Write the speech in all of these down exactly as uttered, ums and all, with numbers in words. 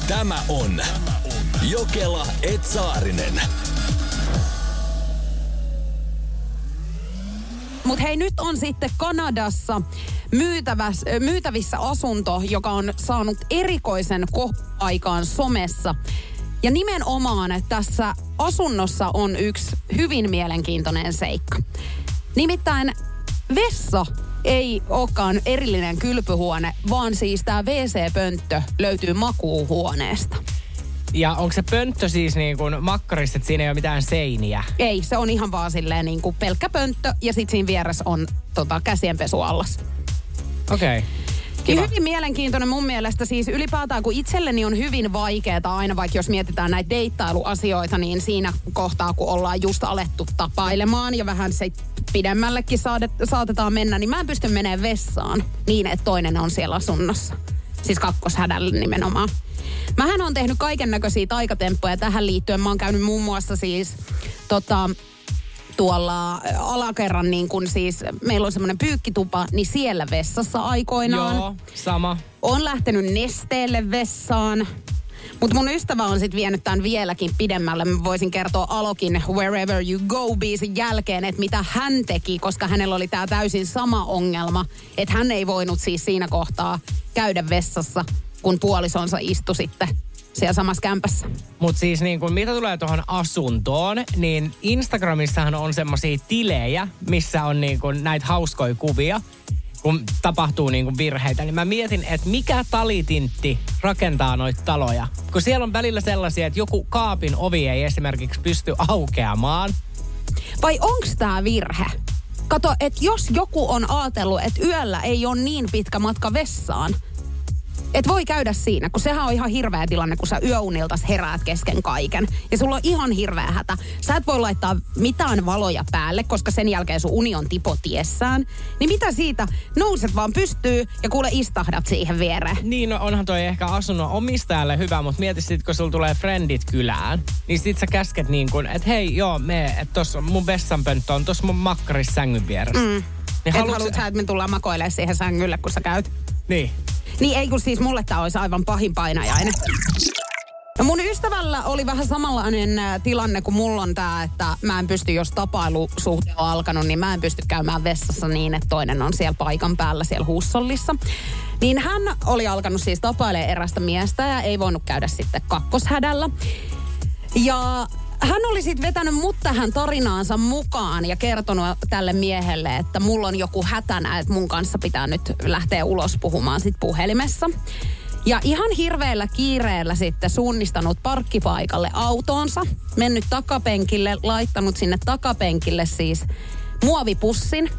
Tämä on Jokela et Saarinen. Mutta hei, nyt on sitten Kanadassa myytäväs, myytävissä asunto, joka on saanut erikoisen kohta-aikaan somessa. Ja nimenomaan tässä asunnossa on yksi hyvin mielenkiintoinen seikka. Nimittäin vessa ei olekaan erillinen kylpyhuone, vaan siis tämä wee see-pönttö löytyy makuuhuoneesta. Ja onko se pönttö siis niin kuin makkarissa, että siinä ei ole mitään seiniä? Ei, se on ihan vaan silleen niin kuin pelkkä pönttö ja sitten siinä vieressä on tota, käsienpesuallas. Okei. Okay. Kiva. Hyvin mielenkiintoinen mun mielestä siis ylipäätään, kun itselleni on hyvin vaikeaa aina, vaikka jos mietitään näitä deittailuasioita, niin siinä kohtaa, kun ollaan just alettu tapailemaan ja vähän se pidemmällekin saadet, saatetaan mennä, niin mä en pysty menemään vessaan niin, että toinen on siellä asunnossa. Siis kakkoshädällä nimenomaan. Mähän on tehnyt kaiken näköisiä taikatemppuja tähän liittyen. Mä oon käynyt muun muassa siis tota, tuolla alakerran niin kun siis, meillä on semmoinen pyykkitupa, niin siellä vessassa aikoinaan. Joo, sama. On lähtenyt nesteelle vessaan. Mutta mun ystävä on sitten vienyt tämän vieläkin pidemmälle. Mä voisin kertoa Alokin Wherever You Go-biisin jälkeen, että mitä hän teki, koska hänellä oli tää täysin sama ongelma. Että hän ei voinut siis siinä kohtaa käydä vessassa, kun puolisonsa istui sitten siellä samassa kämpässä. Mutta siis niin kun, mitä tulee tuohon asuntoon, niin Instagramissahan on semmosia tilejä, missä on niin kun näitä hauskoja kuvia, kun tapahtuu niin kun virheitä. Niin mä mietin, että mikä talitintti rakentaa noita taloja. Kun siellä on välillä sellaisia, että joku kaapin ovi ei esimerkiksi pysty aukeamaan. Vai onks tää virhe? Kato, että jos joku on ajatellut, että yöllä ei ole niin pitkä matka vessaan, et voi käydä siinä, kun sehän on ihan hirveä tilanne, kun sä yöuniltas heräät kesken kaiken. Ja sulla on ihan hirveä hätä. Sä et voi laittaa mitään valoja päälle, koska sen jälkeen sun uni on tipotiessään. Niin mitä siitä? Nouset vaan pystyy ja kuule istahdat siihen viereen. Niin, no onhan toi ehkä asunnon omistajalle hyvä, mutta mieti sit, kun sulla tulee friendit kylään, niin sit sä käsket niin kuin, että hei joo, me, että tossa mun vessanpönttö on tossa mun makkarissa sängyn vieressä. Mm. Niin et haluat haluat sä, että me tullaan makoilemaan siihen sängylle, kun sä käyt? Niin. Niin ei kun siis mulle tää olisi aivan pahin painajainen. No mun ystävällä oli vähän samanlainen tilanne kuin mulla on tää, että mä en pysty, jos tapailusuhde on alkanut, niin mä en pysty käymään vessassa niin, että toinen on siellä paikan päällä siellä huussollissa. Niin hän oli alkanut siis tapailemaan erästä miestä ja ei voinut käydä sitten kakkoshädällä. Ja hän oli sitten vetänyt mut tähän tarinaansa mukaan ja kertonut tälle miehelle, että mulla on joku hätänä, että mun kanssa pitää nyt lähteä ulos puhumaan sit puhelimessa. Ja ihan hirveällä kiireellä sitten suunnistanut parkkipaikalle autoonsa, mennyt takapenkille, laittanut sinne takapenkille siis muovipussin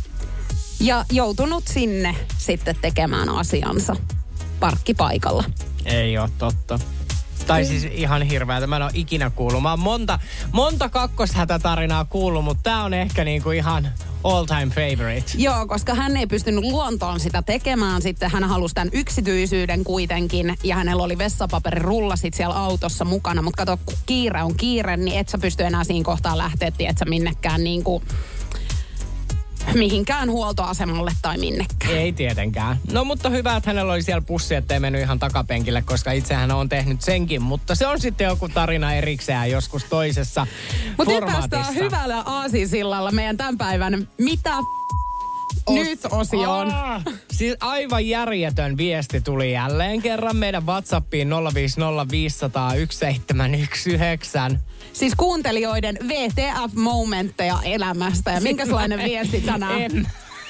ja joutunut sinne sitten tekemään asiansa parkkipaikalla. Ei ole totta. Tai siis ihan hirveätä. Mä en ole ikinä kuullut. Mä oon monta, monta kakkoshätätarinaa kuullut, mutta tää on ehkä niinku ihan all time favorite. Joo, koska hän ei pystynyt luontoon sitä tekemään. Sitten hän halusi tämän yksityisyyden kuitenkin. Ja hänellä oli vessapaperirulla sit siellä autossa mukana. Mutta kato, kun kiire on kiire, niin et sä pysty enää siinä kohtaa lähteä, et sä minnekään niinku mihinkään huoltoasemalle tai minnekään. Ei tietenkään. No mutta hyvä, että hänellä oli siellä pussi, ettei mennyt ihan takapenkille, koska itsehän on tehnyt senkin. Mutta se on sitten joku tarina erikseen joskus toisessa Mut formaatissa. Mutta nyt päästään hyvällä aasinsillalla meidän tämän päivän Mitä Os- nyt osioon. Ah, siis aivan järjetön viesti tuli jälleen kerran meidän WhatsAppiin nolla viisi nolla viisi nolla nolla yksi seitsemän yksi yhdeksän. Siis kuuntelijoiden W T F-momentteja elämästä. Ja minkälainen viesti tänään? En,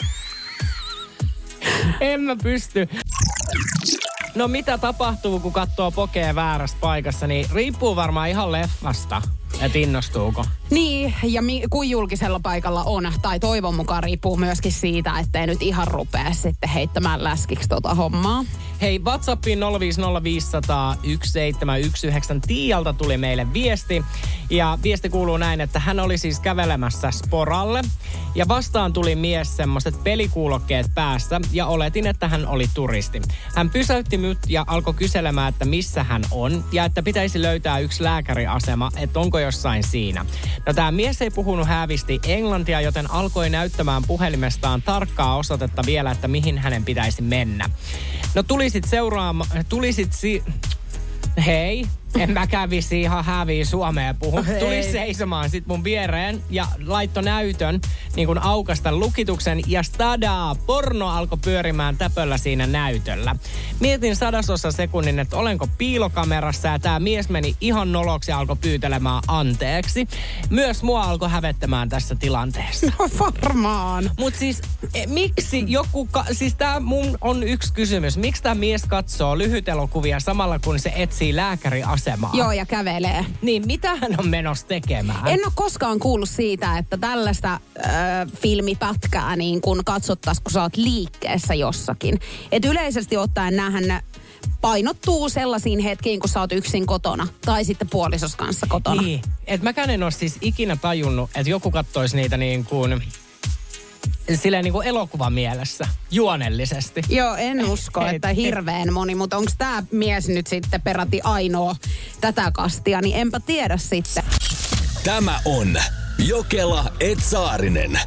en mä pysty. No mitä tapahtuu, kun katsoo pokea väärässä paikassa, niin riippuu varmaan ihan leffasta, että innostuuko. Niin, ja mi- kuin julkisella paikalla on, tai toivon mukaan riippuu myöskin siitä, ettei nyt ihan rupea sitten heittämään läskiksi tota hommaa. Hei, WhatsAppiin nolla viisi nolla viisi nolla nolla yksi seitsemän yksi yhdeksän Tiialta tuli meille viesti. Ja viesti kuuluu näin, että hän oli siis kävelemässä Sporalle. Ja vastaan tuli mies semmoiset pelikuulokkeet päässä ja oletin, että hän oli turisti. Hän pysäytti mut ja alkoi kyselemään, että missä hän on. Ja että pitäisi löytää yksi lääkäriasema, että onko jossain siinä. No tämä mies ei puhunut häävisti englantia, joten alkoi näyttämään puhelimestaan tarkkaa osoitetta vielä, että mihin hänen pitäisi mennä. No tuli sit seuraama, tuli sit si... Hei, en mä kävisi ihan häviä Suomeen puhun. Hei. Tuli seisomaan sit mun viereen ja laittoi näytön, niin kun aukasta lukituksen ja stadaa, porno alkoi pyörimään täpöllä siinä näytöllä. Mietin sadasosa sekunnin, että olenko piilokamerassa ja tää mies meni ihan noloksi ja alkoi pyytelemään anteeksi. Myös mua alkoi hävettämään tässä tilanteessa. No varmaan. Mut siis, e, miksi joku, ka- siis tää mun on yksi kysymys. Miksi tää mies katsoo lyhytelokuvia samalla kun se etsii lääkäriasemaa? Joo, ja kävelee. Niin, mitä hän on menossa tekemään? En ole koskaan kuullut siitä, että tällaista äh, filmipätkää niin kun katsottaisiin, kun sä oot liikkeessä jossakin. Et yleisesti ottaen näähän painottuu sellaisiin hetkiin, kun sä oot yksin kotona. Tai sitten puolisos kanssa kotona. Niin, et mäkään en ole siis ikinä tajunnut, että joku kattoisi niitä niin kuin silleen niin kuin elokuvan mielessä, juonellisesti. Joo, en usko, Ei, että ei. hirveän moni, mutta onko tämä mies nyt sitten peräti ainoa tätä kastia, niin enpä tiedä sitten. Tämä on Jokela et Saarinen.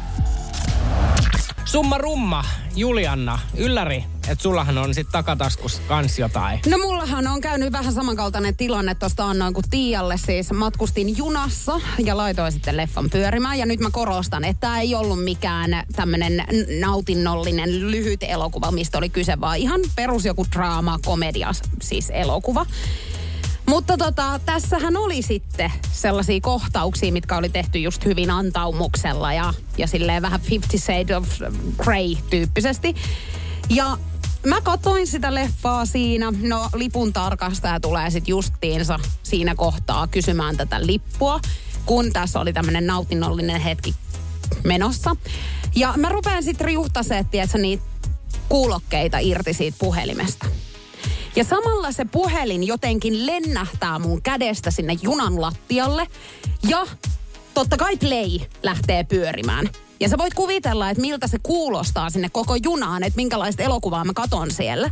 Summa rumma, Julianna, ylläri, että sullahan on sit takataskussa kans jotain. No mullahan on käynyt vähän samankaltainen tilanne tuosta annoin kuin Tiialle. Siis matkustin junassa ja laitoin sitten leffan pyörimään. Ja nyt mä korostan, että tämä ei ollut mikään tämmönen nautinnollinen lyhyt elokuva, mistä oli kyse, vaan ihan perus joku draama, komedia, siis elokuva. Mutta tota, tässähän oli sitten sellaisia kohtauksia, mitkä oli tehty just hyvin antaumuksella ja, ja silleen vähän Fifty Shades of Grey tyyppisesti. Ja mä katoin sitä leffaa siinä. No lipun tarkastaja tulee sitten justiinsa siinä kohtaa kysymään tätä lippua, kun tässä oli tämmönen nautinnollinen hetki menossa. Ja mä rupean sitten riuhtasemaan, tiedätkö, niitä kuulokkeita irti siitä puhelimesta. Ja samalla se puhelin jotenkin lennähtää mun kädestä sinne junan lattialle. Ja totta kai play lähtee pyörimään. Ja sä voit kuvitella, että miltä se kuulostaa sinne koko junaan, että minkälaista elokuvaa mä katon siellä.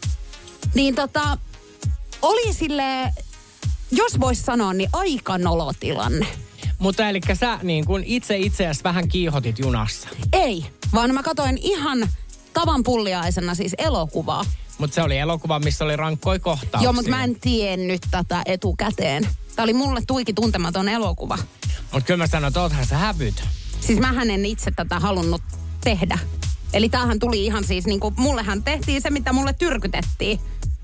Niin tota, oli silleen, jos vois sanoa, niin aika nolotilanne. Mutta eli sä niin kun itse itseäsi vähän kiihotit junassa. Ei, vaan mä katoin ihan tavan pulliaisena siis elokuvaa. Mutta se oli elokuva, missä oli rankkoja kohtauksia. Joo, mutta mä en tiennyt tätä etukäteen. Tää oli mulle tuiki tuntematon elokuva. Mutta kyllä mä sanoin, että oothan sä hävyt. Siis mähän en itse tätä halunnut tehdä. Eli tämähän tuli ihan siis niinku, mullehan tehtiin se, mitä mulle tyrkytettiin.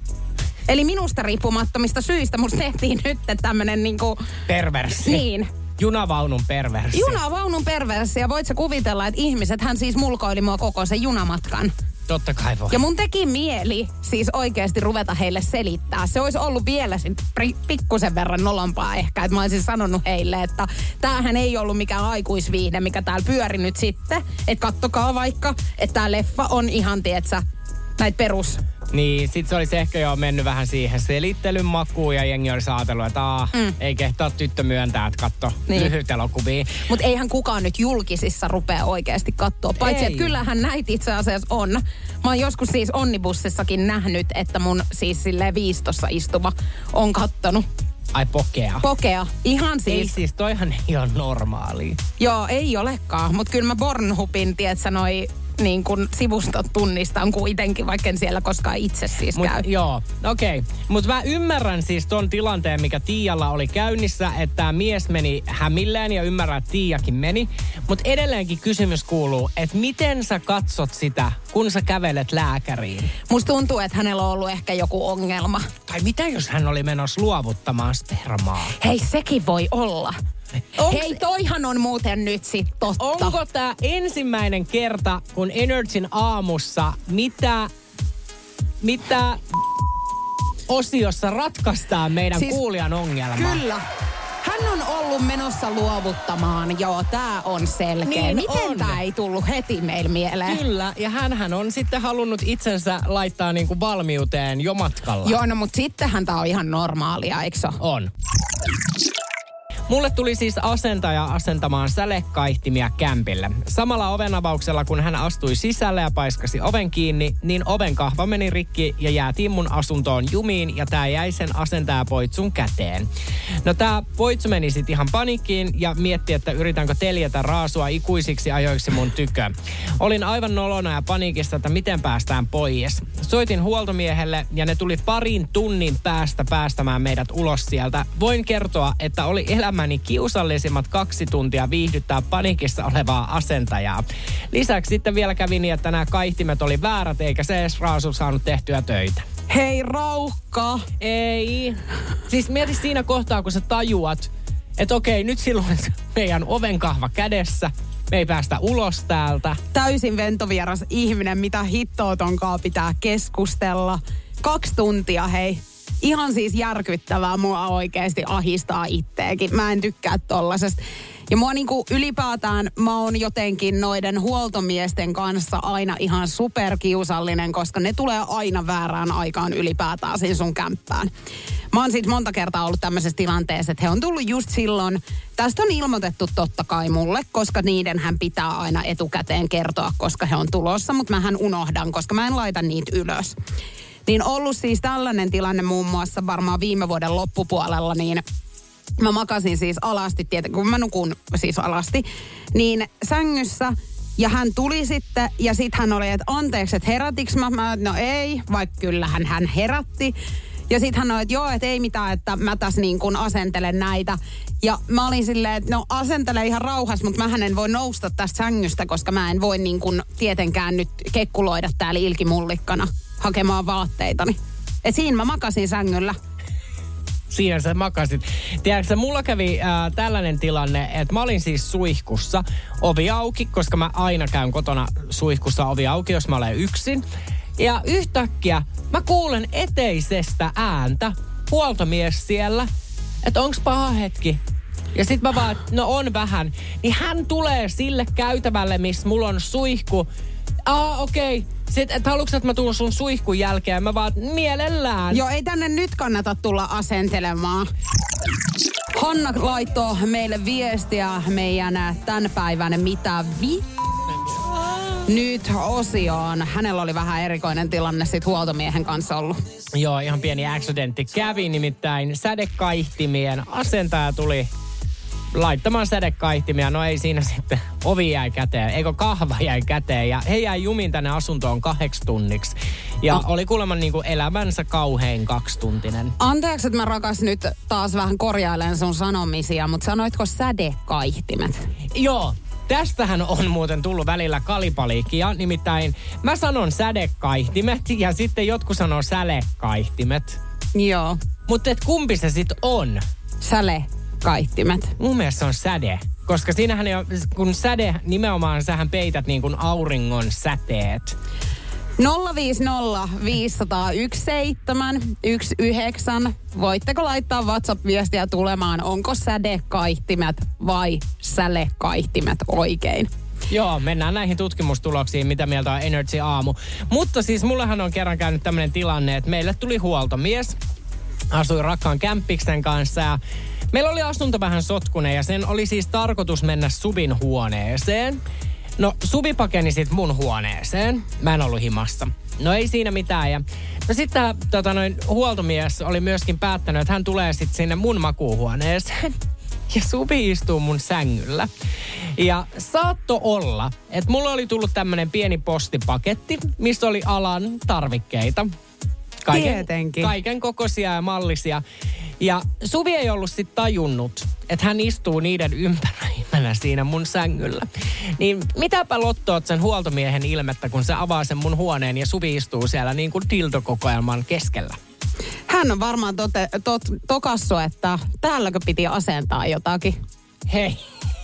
Eli minusta riippumattomista syistä musta tehtiin nyt tämmönen niinku... Perverssi. Niin. Junavaunun perverssi. Junavaunun perverssi. Ja voit sä kuvitella, että ihmiset hän siis mulkoili mua koko sen junamatkan. Totta kai voi. Ja mun teki mieli siis oikeasti ruveta heille selittää. Se olisi ollut vielä sit pikkusen verran nolompaa ehkä, että mä olisin sanonut heille, että tämähän ei ollut mikään aikuisviihde, mikä täällä pyöri nyt sitten. Että kattokaa vaikka, että tää leffa on ihan, tietsä, näitä perus... Niin, sit se olisi ehkä jo mennyt vähän siihen selittelyn makuun ja jengi olisi ajatellut, että aa, mm. ei kehtaa tyttö myöntää, että katso niin. lyhyt elokuvia. Mutta eihän kukaan nyt julkisissa rupea oikeasti katsoa. Paitsi, että kyllähän näitä itse asiassa on. Mä oon joskus siis Onnibussissakin nähnyt, että mun siis silleen viistossa istuva on kattonut. Ai pokea. Pokea. Ihan siis. Ei siis, toihan ei ole normaalia. Joo, ei olekaan. Mutta kyllä mä Pornhubin, tietsä, noi niin kun sivustot tunnistan kuitenkin, vaikka en siellä koskaan itse siis Mut, käy. Joo, okei. Okay. Mutta mä ymmärrän siis ton tilanteen, mikä Tiialla oli käynnissä, että tämä mies meni hämilleen ja ymmärrän, että Tiiakin meni. Mutta edelleenkin kysymys kuuluu, että miten sä katsot sitä, kun sä kävelet lääkäriin? Musta tuntuu, että hänellä on ollut ehkä joku ongelma. Tai mitä jos hän oli menossa luovuttamaan spermaa? Hei, sekin voi olla. Onks, Hei, toihan on muuten nyt sit totta. Onko tää ensimmäinen kerta, kun Energyn aamussa mitä, mitä osiossa ratkaistaan meidän siis, kuulijan ongelma? Kyllä. Hän on ollut menossa luovuttamaan, joo, tää on selkeä. Niin Miten on. tää ei tullut heti meille mieleen? Kyllä, ja hänhän on sitten halunnut itsensä laittaa niinku valmiuteen jo matkalla. Joo, no mut sittenhän tää on ihan normaalia, eikö se? On. Mulle tuli siis asentaja asentamaan sälekaihtimia kämpille. Samalla ovenavauksella, kun hän astui sisälle ja paiskasi oven kiinni, niin oven kahva meni rikki ja jäätiin mun asuntoon jumiin ja tää jäi sen asentajapoitsun käteen. No tää poitsu meni sit ihan panikkiin ja mietti, että yritänkö teljetä raasua ikuisiksi ajoiksi mun tykö. Olin aivan nolona ja paniikissa, että miten päästään pois. Soitin huoltomiehelle ja ne tuli parin tunnin päästä päästämään meidät ulos sieltä. Voin kertoa, että oli elämäni kiusallisimmat kaksi tuntia viihdyttää panikissa olevaa asentajaa. Lisäksi sitten vielä kävi niin, että nämä kaihtimet oli väärät eikä se edes raasu saanut tehtyä töitä. Hei Raukka! Ei. Siis mieti siinä kohtaa, kun sä tajuat, että okei, nyt silloin meidän ovenkahva kädessä. Me ei päästä ulos täältä. Täysin ventovieras ihminen, mitä hittoa tonkaan pitää keskustella. Kaksi tuntia, hei. Ihan siis järkyttävää, mua oikeasti ahistaa itteekin. Mä en tykkää tollasesta. Ja mua niinku ylipäätään, mä oon jotenkin noiden huoltomiesten kanssa aina ihan superkiusallinen, koska ne tulee aina väärään aikaan ylipäätään siinä sun kämppään. Mä oon siitä monta kertaa ollut tämmöisessä tilanteessa, että he on tullut just silloin. Tästä on ilmoitettu totta kai mulle, koska niidenhän pitää aina etukäteen kertoa, koska he on tulossa, mutta mähän unohdan, koska mä en laita niitä ylös. Niin ollut siis tällainen tilanne muun muassa varmaan viime vuoden loppupuolella, niin mä makasin siis alasti, tietenkin kun mä nukun siis alasti, niin sängyssä. Ja hän tuli sitten ja sitten hän oli, että anteeksi, että herätiks mä? Mä no ei, vaikka kyllähän hän herätti. Ja sitten hän oli, että joo, että ei mitään, että mä tässä niin kuin asentelen näitä. Ja mä olin silleen, että no asentele ihan rauhassa, mutta mähän en voi nousta tästä sängystä, koska mä en voi niin kuin tietenkään nyt kekkuloida täällä ilkimullikkana hakemaan vaatteitani. Et siinä mä makasin sängyllä. Siinä sä makasit. Tiedätkö, mulla kävi äh, tällainen tilanne, että mä olin siis suihkussa, ovi auki, koska mä aina käyn kotona suihkussa ovi auki, jos mä olen yksin. Ja yhtäkkiä mä kuulen eteisestä ääntä, huoltomies siellä, että onks paha hetki. Ja sit mä vaan, että no on vähän. Niin hän tulee sille käytävälle, missä mulla on suihku. Aa, okei. Okay. Sitten, että haluatko, että mä tuun sun suihkun jälkeen? Mä vaan, mielellään. Joo, ei tänne nyt kannata tulla asentelemaan. Hanna laittoi meille viestiä meidän tämän päivän mitä vi... Nyt osioon. Hänellä oli vähän erikoinen tilanne sit huoltomiehen kanssa ollut. Joo, ihan pieni accidentti kävi, nimittäin sädekaihtimien asentaja tuli laittamaan sädekaihtimia. No ei siinä sitten, ovi jäi käteen, eikö kahva jäi käteen ja he jäi jumiin tänne asuntoon kahdeksi tunniksi. Ja no. Oli kuulemma niin kuin elämänsä kauhein kaksituntinen. Anteeksi, että mä rakas nyt taas vähän korjailen sun sanomisia, mutta sanoitko sädekaihtimet? Joo. Tästähän on muuten tullut välillä kalipaliikia, nimittäin mä sanon sädekaihtimet ja sitten jotkut sanoo sälekaihtimet. Joo. Mutta et kumpi se sit on? Sälekaihtimet. Mun mielestä se on säde, koska siinähän jo, kun säde, nimenomaan sähän peität niin kuin auringon säteet. nolla viisi nolla viisi nolla yksi seitsemän yksi yhdeksän. Voitteko laittaa WhatsApp-viestiä tulemaan, onko sädekaihtimet vai sälekaihtimet oikein? Joo, mennään näihin tutkimustuloksiin, mitä mieltä on Energy Aamu. Mutta siis mullehan on kerran käynyt tämmöinen tilanne, että meille tuli huoltomies, asui rakkaan kämppiksen kanssa ja meillä oli asunto vähän sotkunen ja sen oli siis tarkoitus mennä Subin huoneeseen. No, Suvi pakeni sit mun huoneeseen. Mä en ollut himassa. No ei siinä mitään. Ja no sitten tota, noin, huoltomies oli myöskin päättänyt, että hän tulee sit sinne mun makuuhuoneeseen. Ja Suvi istuu mun sängyllä. Ja saatto olla, että mulla oli tullut tämmönen pieni postipaketti, missä oli alan tarvikkeita. Kaiken, Tietenkin. Kaiken kokoisia ja mallisia. Ja Suvi ei ollut sit tajunnut, että hän istuu niiden ympäröimänä siinä mun sängyllä. Niin mitäpä lottoot sen huoltomiehen ilmettä, kun se avaa sen mun huoneen ja Suvi istuu siellä niin kuin dildokokoelman keskellä. Hän on varmaan tote, tot, tokassu, että täälläkö piti asentaa jotakin. Hei.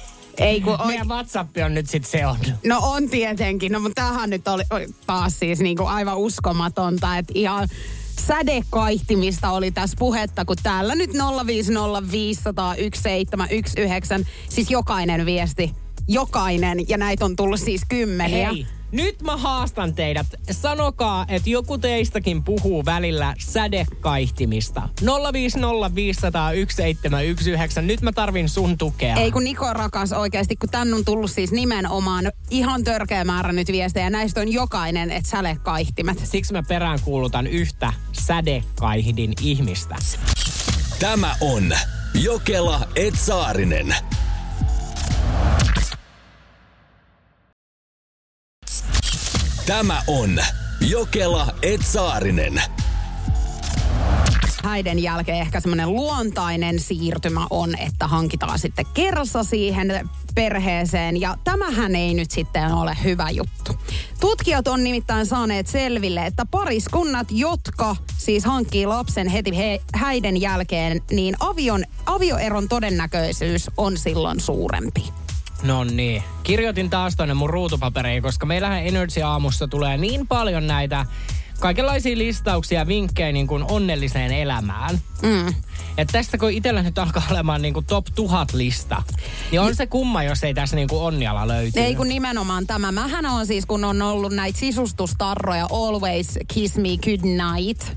Ei kun Meidän WhatsApp on nyt sit se on. No on tietenkin, no mutta tämähän nyt oli taas siis niinku aivan uskomatonta, että ihan sädekaihtimista oli tässä puhetta, kun täällä nyt nolla viisi nolla viisi nolla nolla yksi seitsemän yksi yhdeksän, siis jokainen viesti, jokainen, ja näitä on tullut siis kymmeniä. Hei, Nyt mä haastan teidät. Sanokaa, että joku teistäkin puhuu välillä sädekaihtimista. nolla viisi nolla viisi nolla nolla yksi seitsemän yksi yhdeksän. Nyt mä tarvin sun tukea. Ei kun Niko rakas oikeasti, kun tän on tullut siis nimenomaan ihan törkeä määrä nyt viestejä. Näistä on jokainen, että sädekaihtimet. Siksi mä peräänkuulutan yhtä sädekaihdin ihmistä. Tämä on Jokela et Saarinen. Tämä on Jokela et Saarinen. Häiden jälkeen ehkä semmoinen luontainen siirtymä on, että hankitaan sitten kerrassa siihen perheeseen. Ja tämähän ei nyt sitten ole hyvä juttu. Tutkijat on nimittäin saaneet selville, että pariskunnat, jotka siis hankkii lapsen heti he, häiden jälkeen, niin avion, avioeron todennäköisyys on silloin suurempi. No niin. Kirjoitin taas tonne mun ruutupapereihin, koska meillähän Energy-aamussa tulee niin paljon näitä kaikenlaisia listauksia ja vinkkejä niin kuin onnelliseen elämään. Mm. Että tästä kun itsellä nyt alkaa olemaan niin kuin top tuhat lista, niin on se kumma, jos ei tässä niin kuin onniala löytyy. Ei kun nimenomaan tämä. Mähän on siis, kun on ollut näitä sisustustarroja, Always Kiss Me Good Night.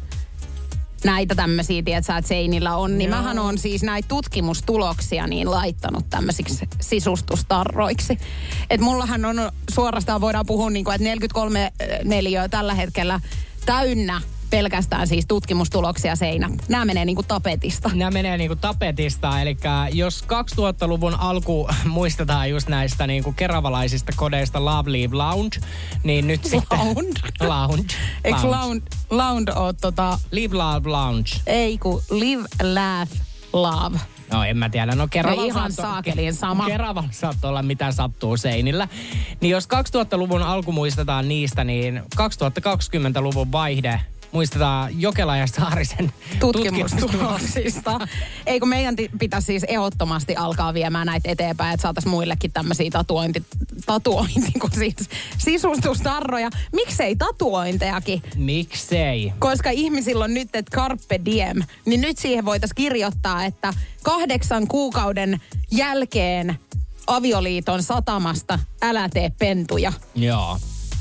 Näitä tämmöisiä, tietsä, että seinillä on. Niin Joo. mähän on siis näitä tutkimustuloksia niin laittanut tämmöisiksi sisustustarroiksi. Että mullahan on suorastaan, voidaan puhua niin kuin, että neljäkymmentäkolme neliöä tällä hetkellä täynnä pelkästään siis tutkimustuloksia seinä. Nämä menee niin kuin tapetista. Nämä menee niinku tapetista, eli jos kaksituhattaluvun alku muistetaan just näistä niinku keravalaisista kodeista Love, Leave, Lounge, niin nyt sitten... Lounge? Lounge. Eikö lounge, lounge ole tota... Live, Love, Lounge. Ei kun live, laugh, love. No en mä tiedä, no Keravan ihan saatto, saakelin sama. Keravan saattoi olla mitä sattuu seinillä. Niin jos kaksituhattaluvun alku muistetaan niistä, niin kaksituhattakaksikymmentäluvun vaihde muistetaan Jokela ja Saarisen tutkimustuloksista. Ei kun meidän t- pitäisi siis ehdottomasti alkaa viemään näitä eteenpäin, että saataisiin muillekin tämmöisiä tatuointi, tatuointi kun siis sisustustarroja. Miksei tatuointejakin? Miksei? Koska ihmisillä on nyt, että carpe diem, niin nyt siihen voitaisiin kirjoittaa, että kahdeksan kuukauden jälkeen avioliiton satamasta älä tee pentuja. Joo.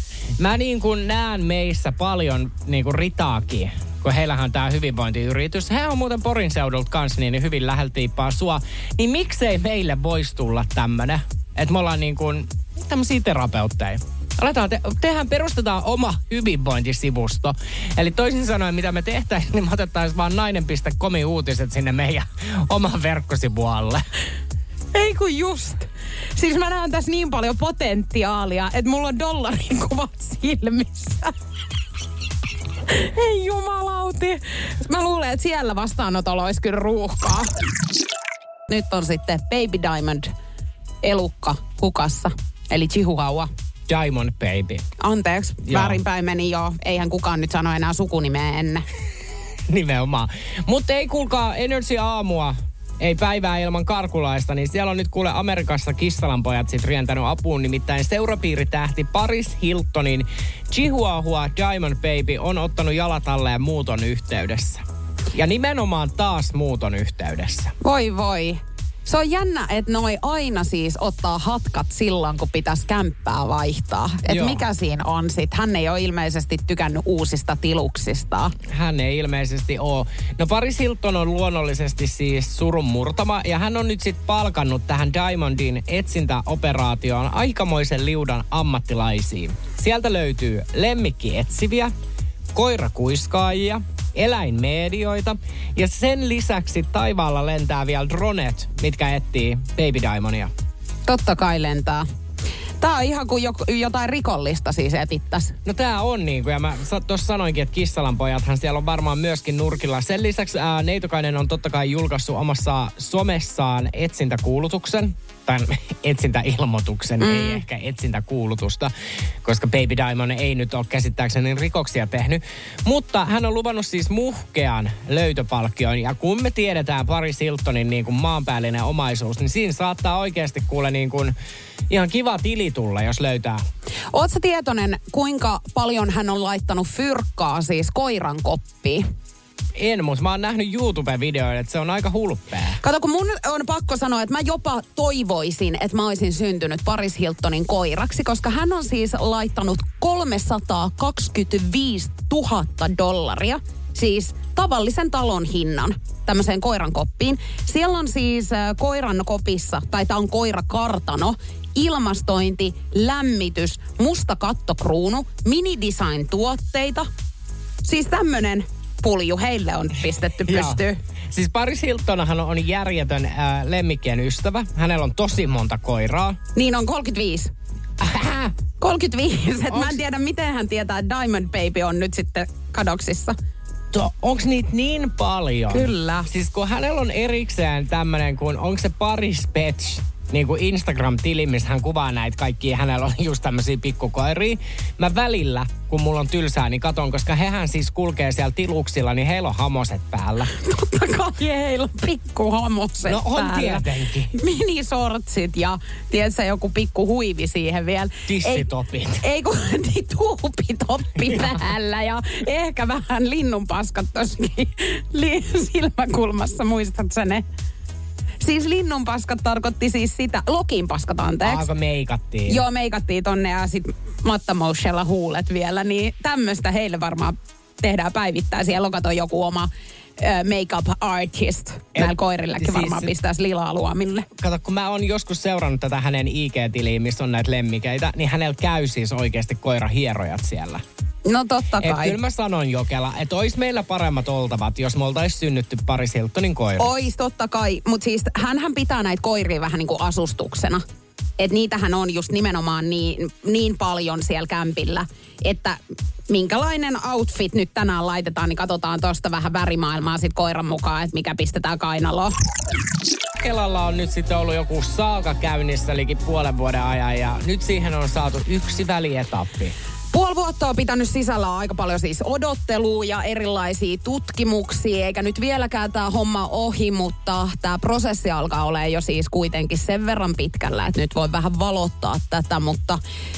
Mä niin kuin näen meissä paljon niin kuin Ritaakin, kun heillähän on tää hyvinvointiyritys. He on muuten Porin seudulta kanssa niin hyvin läheltä tiippaa sua. Niin miksei meille voisi tulla tämmönen, että me ollaan niin kuin tämmöisiä terapeutteja. Aletaan te- tehdään, perustetaan oma hyvinvointisivusto. Eli toisin sanoen, mitä me tehtäisiin, niin me otettaisiin vaan nainen piste comin uutiset sinne meidän oman verkkosivualle. Ei kun just. Siis mä näen tässä niin paljon potentiaalia, että mulla on dollarin kuvat silmissä. Ei jumalauti. Mä luulen, että siellä vastaanotolla olisi kyllä ruuhkaa. Nyt on sitten Baby Diamond elukka hukassa, eli Chihuahua. Diamond Baby. Anteeksi, Joo. väärinpäin meni jo. Eihän kukaan nyt sano enää sukunimeä ennen. Nimenomaan. Mutta ei kuulkaa Energy aamua. Ei päivää ilman karkulaista, niin siellä on nyt kuule Amerikassa kissalanpojat sit rientänyt apuun. Nimittäin seurapiiritähti Paris Hiltonin Chihuahua Diamond Baby on ottanut jalat alleen muuton yhteydessä. Ja nimenomaan taas muuton yhteydessä. Voi voi. Se on jännä, että noi aina siis ottaa hatkat silloin, kun pitäisi kämppää vaihtaa. Että mikä siinä on sit. Hän ei ole ilmeisesti tykännyt uusista tiluksista. Hän ei ilmeisesti ole. No Paris Hilton on luonnollisesti siis surun murtama ja hän on nyt sitten palkannut tähän Diamondin etsintäoperaatioon aikamoisen liudan ammattilaisiin. Sieltä löytyy lemmikkietsiviä, koirakuiskaajia, eläinmedioita ja sen lisäksi taivaalla lentää vielä dronet, mitkä etsii Baby Diamondia. Totta kai lentää. Tää on ihan kuin jotain rikollista siis etittäisi. No tää on niin kuin, ja mä tuossa sanoinkin, että kissalanpojathan siellä on varmaan myöskin nurkilla. Sen lisäksi ää, Neitokainen on totta kai julkaissut omassa somessaan etsintäkuulutuksen. Tai etsintäilmoituksen, mm. ei ehkä etsintäkuulutusta, koska Baby Diamond ei nyt ole käsittääkseni rikoksia tehnyt. Mutta hän on luvannut siis muhkean löytöpalkkion. Ja kun me tiedetään Paris Hiltonin niin kuin maanpäällinen omaisuus, niin siinä saattaa oikeasti kuule niin kuin ihan kiva tili tulla, jos löytää. Ootko tietoinen, kuinka paljon hän on laittanut fyrkkaa siis koiran koppiin? en, mutta mä oon nähnyt YouTube-videoita, että se on aika hulppea. Kato, kun mun on pakko sanoa, että mä jopa toivoisin, että mä olisin syntynyt Paris Hiltonin koiraksi, koska hän on siis laittanut kolmesataakaksikymmentäviisituhatta dollaria, siis tavallisen talon hinnan, tämmöiseen koiran koppiin. Siellä on siis äh, koiran kopissa, tai tää on koirakartano, ilmastointi, lämmitys, musta kattokruunu, minidesign-tuotteita. Siis tämmönen pulju heille on pistetty pystyyn. Siis Paris Hiltonhan on järjetön äh, lemmikkien ystävä. Hänellä on tosi monta koiraa. Niin on kolmekymmentäviisi. kolmekymmentäviisi. Et mä en tiedä, miten hän tietää, että Diamond Baby on nyt sitten kadoksissa. To, onks niitä niin paljon? Kyllä. Siis kun hänellä on erikseen tämmönen, kun onko se Paris Pets, niin kuin Instagram-tili, missä hän kuvaa näitä kaikkia, hänellä on just tämmöisiä pikkukoiria. Mä välillä, kun mulla on tylsää, niin katon, koska hehän siis kulkee siellä tiluksilla, niin heillä on hamoset päällä. Totta kai heillä on pikkuhamoset no, on päällä. tietenkin. Minisortsit ja tiedätkö, joku pikku huivi siihen vielä. Tissitopit. Ei, ei kun niin tuupitoppi päällä ja ehkä vähän linnunpaskat tossakin li- silmäkulmassa, muistatko sä ne? Siis linnunpaskat tarkoitti siis sitä, lokinpaskat anteeksi. Aako meikattiin? Joo, meikattiin tonne ja sit mattamoussella huulet vielä, niin tämmöistä heille varmaan tehdään päivittäin. Siellä on kato joku oma äh, make-up artist. Näillä koirillekin siis, varmaan pistäisi lilaa luomille. Kato, kun mä oon joskus seurannut tätä hänen I G-tiliä, missä on näitä lemmikeitä, niin hänellä käy siis oikeasti koirahierojat siellä. No totta kai. Et kyllä mä sanon Jokela, että ois meillä paremmat oltavat, jos me oltais synnytty Paris Hiltonin koira. Ois totta kai, mutta siis hänhän pitää näitä koiria vähän niin kuin asustuksena. Että niitähän on just nimenomaan niin, niin paljon siellä kämpillä, että minkälainen outfit nyt tänään laitetaan, niin katsotaan tosta vähän värimaailmaa sit koiran mukaan, että mikä pistetään kainaloon. Kelalla on nyt sitten ollut joku saaga käynnissä likin puolen vuoden ajan ja nyt siihen on saatu yksi välietappi. Puoli vuotta on pitänyt sisällä aika paljon siis odottelua ja erilaisia tutkimuksia, eikä nyt vieläkään tämä homma ohi, mutta tämä prosessi alkaa olemaan jo siis kuitenkin sen verran pitkällä, että nyt voi vähän valottaa tätä, mutta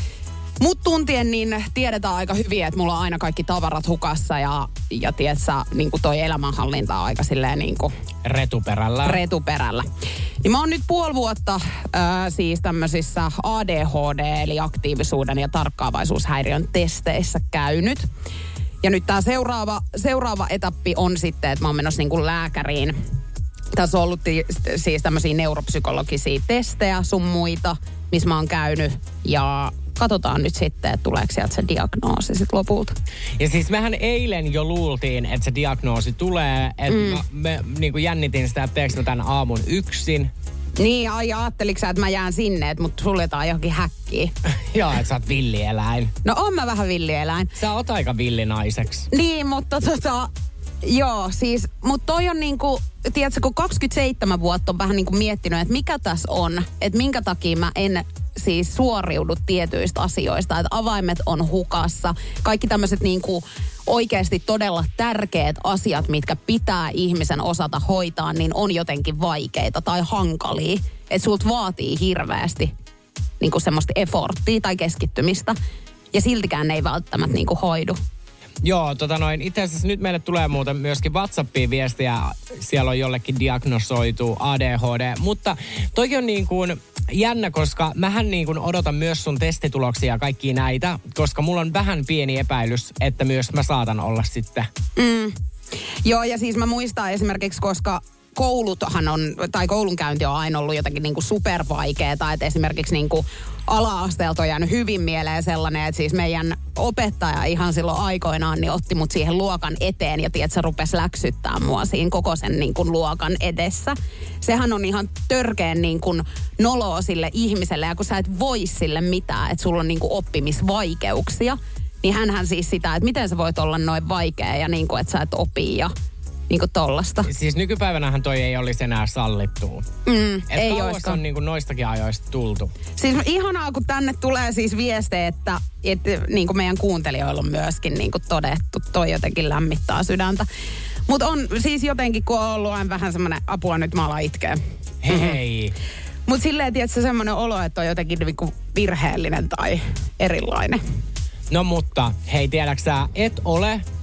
mut tuntien niin tiedetään aika hyvin, että mulla on aina kaikki tavarat hukassa ja, ja tiedätkö, niin kuin toi elämänhallinta on aika silleen niin kuin retuperällä. Retuperällä. Niin mä oon nyt puoli vuotta äh, siis tämmöisissä A D H D eli aktiivisuuden ja tarkkaavaisuushäiriön testeissä käynyt. Ja nyt tää seuraava, seuraava etappi on sitten, että mä oon menossa niin kuin lääkäriin. Tässä on ollut t- siis tämmöisiä neuropsykologisia testejä sun muita, missä mä oon käynyt. Ja katsotaan nyt sitten, että tuleeko sieltä se diagnoosi sitten lopulta. Ja siis mehän eilen jo luultiin, että se diagnoosi tulee. Että mm. me niin kuin jännitin sitä, että teekö mä tämän aamun yksin. Niin, ai ajatteliko sä, että mä jään sinne, että mut suljetaan johonkin häkkiin? Joo, että sä oot villieläin. No on mä vähän villieläin. Sä oot aika villinaiseksi. Niin, mutta tota, joo, siis, mutta toi on niinku, tiedätkö, kun kaksikymmentäseitsemän vuotta on vähän niinku miettinyt, että mikä tässä on, että minkä takia mä en siis suoriudu tietyistä asioista, että avaimet on hukassa, kaikki tämmöiset niinku oikeasti todella tärkeät asiat, mitkä pitää ihmisen osata hoitaa, niin on jotenkin vaikeita tai hankalia. Että sulta vaatii hirveästi niinku semmoista efforttia tai keskittymistä. Ja siltikään ne ei välttämättä niinku hoidu. Joo, tota noin, itse asiassa nyt meille tulee muuten myöskin WhatsAppiin viestiä. Siellä on jollekin diagnosoitu A D H D. Mutta toki on niin kuin jännä, koska mähän niin kuin odotan myös sun testituloksia ja kaikkia näitä, koska mulla on vähän pieni epäilys, että myös mä saatan olla sitten. Mm. Joo, ja siis mä muistan esimerkiksi, koska kouluthan on, tai koulunkäynti on aina ollut jotenkin niin kuin supervaikeeta, että esimerkiksi niin kuin ala-asteelta on jäänyt hyvin mieleen sellainen, että siis meidän opettaja ihan silloin aikoinaan niin otti mut siihen luokan eteen ja tiedät, se rupesi läksyttää mua siinä koko sen niin kuin luokan edessä. Sehän on ihan törkeän niin kuin noloa sille ihmiselle ja kun sä et voi sille mitään, että sulla on niin kuin oppimisvaikeuksia, niin hänhän siis sitä, että miten sä voit olla noin vaikea ja niin kuin, että sä et opi ja niin kuin tollasta. Siis nykypäivänähän toi ei olisi enää sallittua. Mm, et ei kauas on niin kuin noistakin ajoista tultu. Siis ihanaa, kun tänne tulee siis viestejä, että, että niin kuin meidän kuuntelijoilla on myöskin niin kuin todettu. Toi jotenkin lämmittää sydäntä. Mutta on siis jotenkin, kun on ollut aina vähän semmoinen apua, nyt mä alan itkeä. Hei. Mm-hmm. Mutta silleen, tiedätkö, semmoinen olo, että on jotenkin niin kuin virheellinen tai erilainen. No mutta, hei, tiedätkö sä, et ole,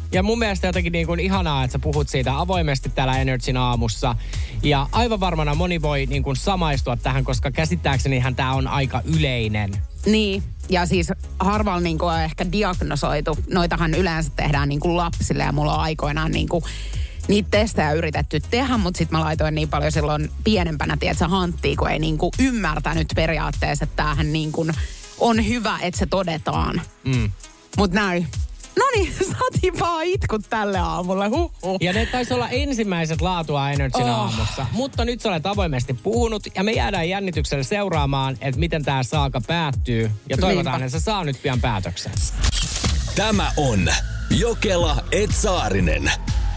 Ja mun mielestä jotenkin niin kuin ihanaa, että sä puhut siitä avoimesti täällä Energyn aamussa. Ja aivan varmana moni voi niin kuin samaistua tähän, koska käsittääksenihän tää on aika yleinen. Niin, ja siis harvalla niin kuin on ehkä diagnosoitu. Noitahan yleensä tehdään niin kuin lapsille ja mulla on aikoinaan niin kuin niitä testejä yritetty tehdä, mutta sitten mä laitoin niin paljon silloin pienempänä, tietsä, hanttiin, kun ei niin kuin ymmärtänyt periaatteessa, että tämähän niin kuin on hyvä, että se todetaan. Mm. Mut näin. Noniin, saatiin vaan itkut tälle aamulle. Huhhuh. Ja ne taisi olla ensimmäiset laatua Energyn Oh. aamussa. Mutta nyt sä olet avoimesti puhunut ja me jäädään jännityksellä seuraamaan, että miten tää saaka päättyy. Ja toivotaan, Niinpä. että se saa nyt pian päätöksen. Tämä on Jokela et Saarinen.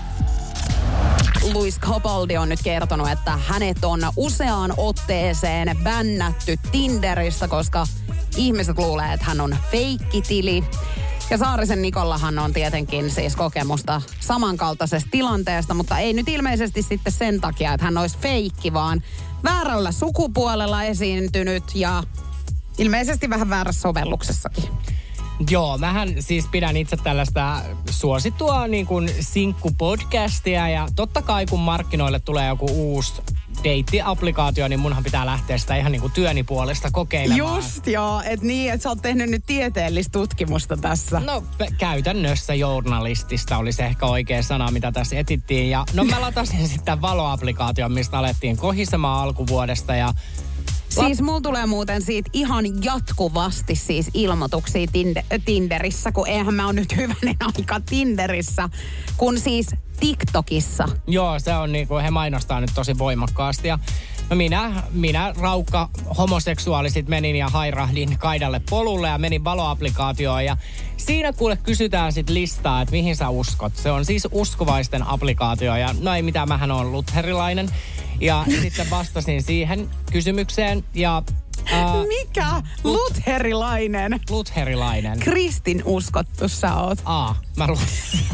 Luis Capaldi on nyt kertonut, että hänet on useaan otteeseen bännätty Tinderistä, koska ihmiset luulee, että hän on feikkitili. Ja Saarisen Nikollahan on tietenkin siis kokemusta samankaltaisesta tilanteesta, mutta ei nyt ilmeisesti sitten sen takia, että hän olisi feikki, vaan väärällä sukupuolella esiintynyt ja ilmeisesti vähän väärässä sovelluksessakin. Joo, mähän siis pidän itse tällaista suosittua niin kuin sinkkupodcastia ja totta kai kun markkinoille tulee joku uusi deittiaplikaatio, niin munhan pitää lähteä sitä ihan niin kuin työni puolesta kokeilemaan. Just joo, että niin, että sä oot tehnyt nyt tieteellistä tutkimusta tässä. No p- käytännössä journalistista olisi ehkä oikea sana, mitä tässä etittiin. Ja no mä latasin sitten Valo-applikaation, mistä alettiin kohisemaan alkuvuodesta ja Siis mulla tulee muuten siitä ihan jatkuvasti siis ilmoituksia Tinde- Tinderissä, kun eihän mä oon nyt hyvänen aika Tinderissä, kun siis TikTokissa. Joo, se on niinku, he mainostaa nyt tosi voimakkaasti. Ja no minä, minä raukka homoseksuaali sit menin ja hairahdin kaidalle polulle ja menin Valo-applikaatioon. Ja siinä kuule kysytään sit listaa, että mihin sä uskot. Se on siis uskovaisten applikaatio ja no ei mitään, mähän on luterilainen. Ja sitten vastasin siihen kysymykseen ja Ää, Mikä? Lutherilainen. luterilainen. Kristin uskottu sä oot. Aa, mä luulin,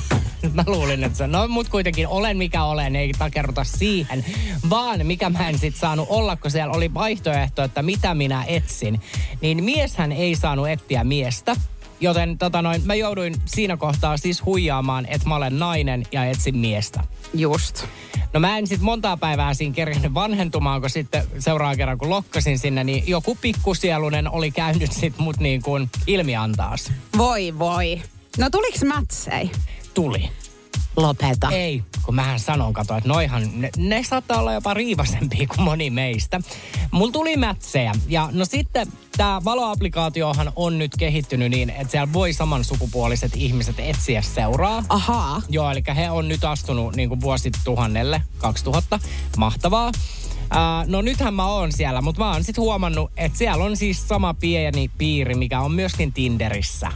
mä luulin, että se, no mut kuitenkin olen mikä olen, ei takerruta siihen. Vaan mikä mä en sit saanut olla, kun siellä oli vaihtoehto, että mitä minä etsin. Niin mieshän ei saanut etsiä miestä. Joten tota noin, mä jouduin siinä kohtaa siis huijaamaan, että mä olen nainen ja etsin miestä. Just. No mä en sit montaa päivää siinä kerännyt vanhentumaan, kun sitten seuraavan kerran kun lokkasin sinne, niin joku pikkusielunen oli käynyt sit mut niin kuin ilmiantaas. Voi voi. No tuliks mätsei? Tuli. Lopeta. Ei, kun mähän sanon, kato, että noihan, ne, ne saattaa olla jopa riivasempia kuin moni meistä. Mulla tuli mätsejä. Ja no sitten tää Valo-applikaatiohan on nyt kehittynyt niin, että siellä voi samansukupuoliset ihmiset etsiä seuraa. Ahaa. Joo, eli he on nyt astunut niin kuin vuosituhannelle, kaksituhatta. Mahtavaa. Ää, no nythän mä oon siellä, mutta mä oon sit huomannut, että siellä on siis sama pieni piiri, mikä on myöskin Tinderissä.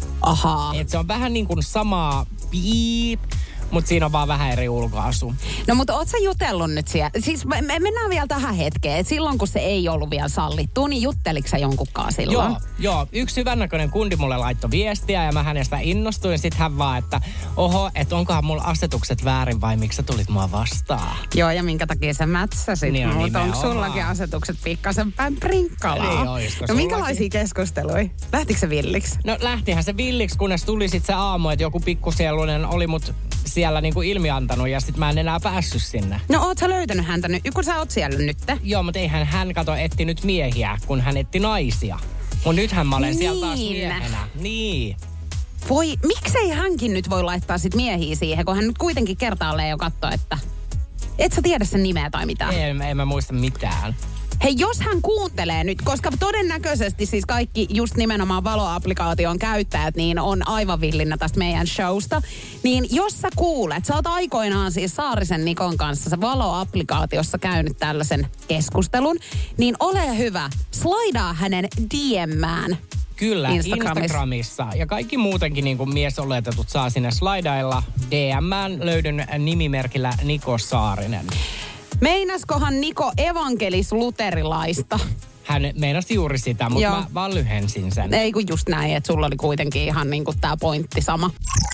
Ahaa. Et se on vähän niin kuin samaa piip, mutta siinä on vaan vähän eri ulkoasu. No mutta oot sä jutellut nyt siellä? Siis me, me mennään vielä tähän hetkeen. Et silloin kun se ei ollut vielä sallittu, niin jutteliko sä jonkunkaan silloin? Joo, joo. Yksi hyvännäköinen kundi mulle laittoi viestiä ja mä hänestä innostuin. Sitten hän vaan, että oho, että onkohan mulla asetukset väärin vai miksi sä tulit mua vastaan? Joo, ja minkä takia sä mätsäsit? Niin on Mutta onko nimenomaan. sullakin asetukset pikkasen päin prinkkalaa? Niin oisko No sullakin? minkälaisia keskusteluja? Lähtikö se villiksi? No lähtihän se villiksi, kunnes tuli sit se aamu, että joku pikkusieluinen oli mut siellä niinku ilmiantanut ja sit mä en enää päässyt sinne. No oot sä löytänyt häntä nyt, kun sä oot siellä nyt? Joo, mutta eihän hän kato etsinyt miehiä, kun hän etti naisia. Mut nythän mä olen siellä taas Niin. miehenä. Niin. Voi, miksei hänkin nyt voi laittaa sit miehiä siihen, kun hän nyt kuitenkin kertaalleen jo katsoo, että et sä tiedä sen nimeä tai mitään. En, en mä muista mitään. Hei, jos hän kuuntelee nyt, koska todennäköisesti siis kaikki just nimenomaan Valo-applikaation käyttäjät, niin on aivan villinnä tästä meidän showsta. Niin jos sä kuulet, sä oot aikoinaan siis Saarisen Nikon kanssa se Valo-applikaatiossa käynyt tällaisen keskustelun, niin ole hyvä, slaidaa hänen D M-mään. Kyllä, Instagramissa. Instagramissa. Ja kaikki muutenkin niin kuin miesoletetut saa sinne slaidailla. D M:ään löydyn nimimerkillä Niko Saarinen. Meinaskohan Niko evankelis-luterilaista? Hän meinasi juuri sitä, mutta Joo. mä vaan lyhensin sen. Ei kun just näin, että sulla oli kuitenkin ihan niinku tää pointti sama.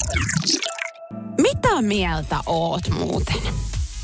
Mitä mieltä oot muuten?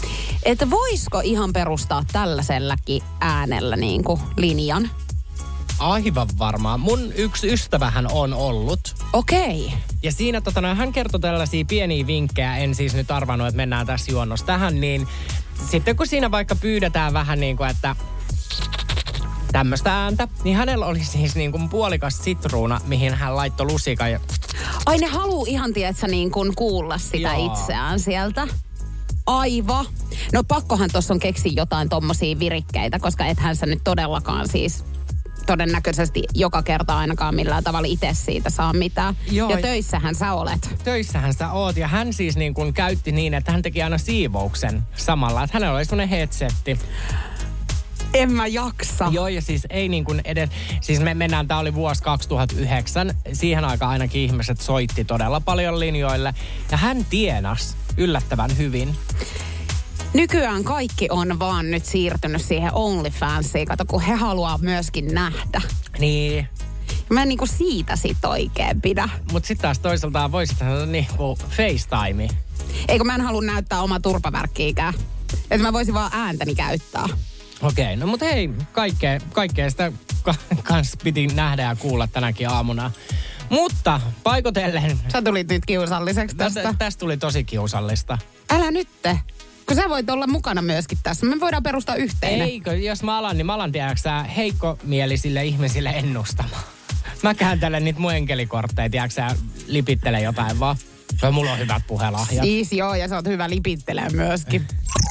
Että voisiko ihan perustaa tällaiselläkin äänellä niinku linjan? Aivan varmaan. Mun yksi ystävähän on ollut. Okei. Okay. Ja siinä tota, no, hän kertoi tällaisia pieniä vinkkejä. En siis nyt arvannut, että mennään tässä juonnossa tähän. Niin sitten kun siinä vaikka pyydetään vähän niin kuin, että tämmöistä ääntä, niin hänellä oli siis niin kuin puolikas sitruuna, mihin hän laittoi lusikan. Ja... Ai ne haluu ihan, tietsä, niin kuin kuulla sitä Joo. itseään sieltä. Aiva. No pakkohan tuossa on keksiä jotain tommosia virikkeitä, koska ethän sä nyt todellakaan siis todennäköisesti joka kerta ainakaan millään tavalla itse siitä saa mitään. Joo. Ja töissähän sä olet. Töissähän sä oot. Ja hän siis niin kuin käytti niin, että hän teki aina siivouksen samalla. Että hänellä oli semmoinen headsetti. En mä jaksa. Joo, ja siis ei niin kuin edes... Siis me mennään, tää oli vuosi kaksituhattayhdeksän. Siihen aikaan ainakin ihmiset soitti todella paljon linjoille. Ja hän tienasi yllättävän hyvin. Nykyään kaikki on vaan nyt siirtynyt siihen OnlyFansiin, kato kun he haluaa myöskin nähdä. Niin. Mä en niinku siitä sit oikein pidä. Mut sit taas toisaaltaan voisit sanoa niinku FaceTime. Eikö mä en halua näyttää omaa turpavärkkiikään. Että mä voisin vaan ääntäni käyttää. Okei, okay, no mut hei, kaikkea, kaikkea sitä kans piti nähdä ja kuulla tänäkin aamuna. Mutta paikotellen... Sä tulit nyt kiusalliseksi tästä. Tä, tästä tuli tosi kiusallista. Älä nytte. Kun sä voit olla mukana myöskin tässä. Me voidaan perustaa yhteinen. Eikö, jos mä alan, niin mä alan tiedäksä heikkomielisille ihmisille ennustamaan. Mä kääntelen niitä mun enkelikortteja, tiedäksä, lipittelen jotain vaan. Ja mulla on hyvät puhelahjat. Siis joo, ja sä oot hyvä lipittelee myöskin.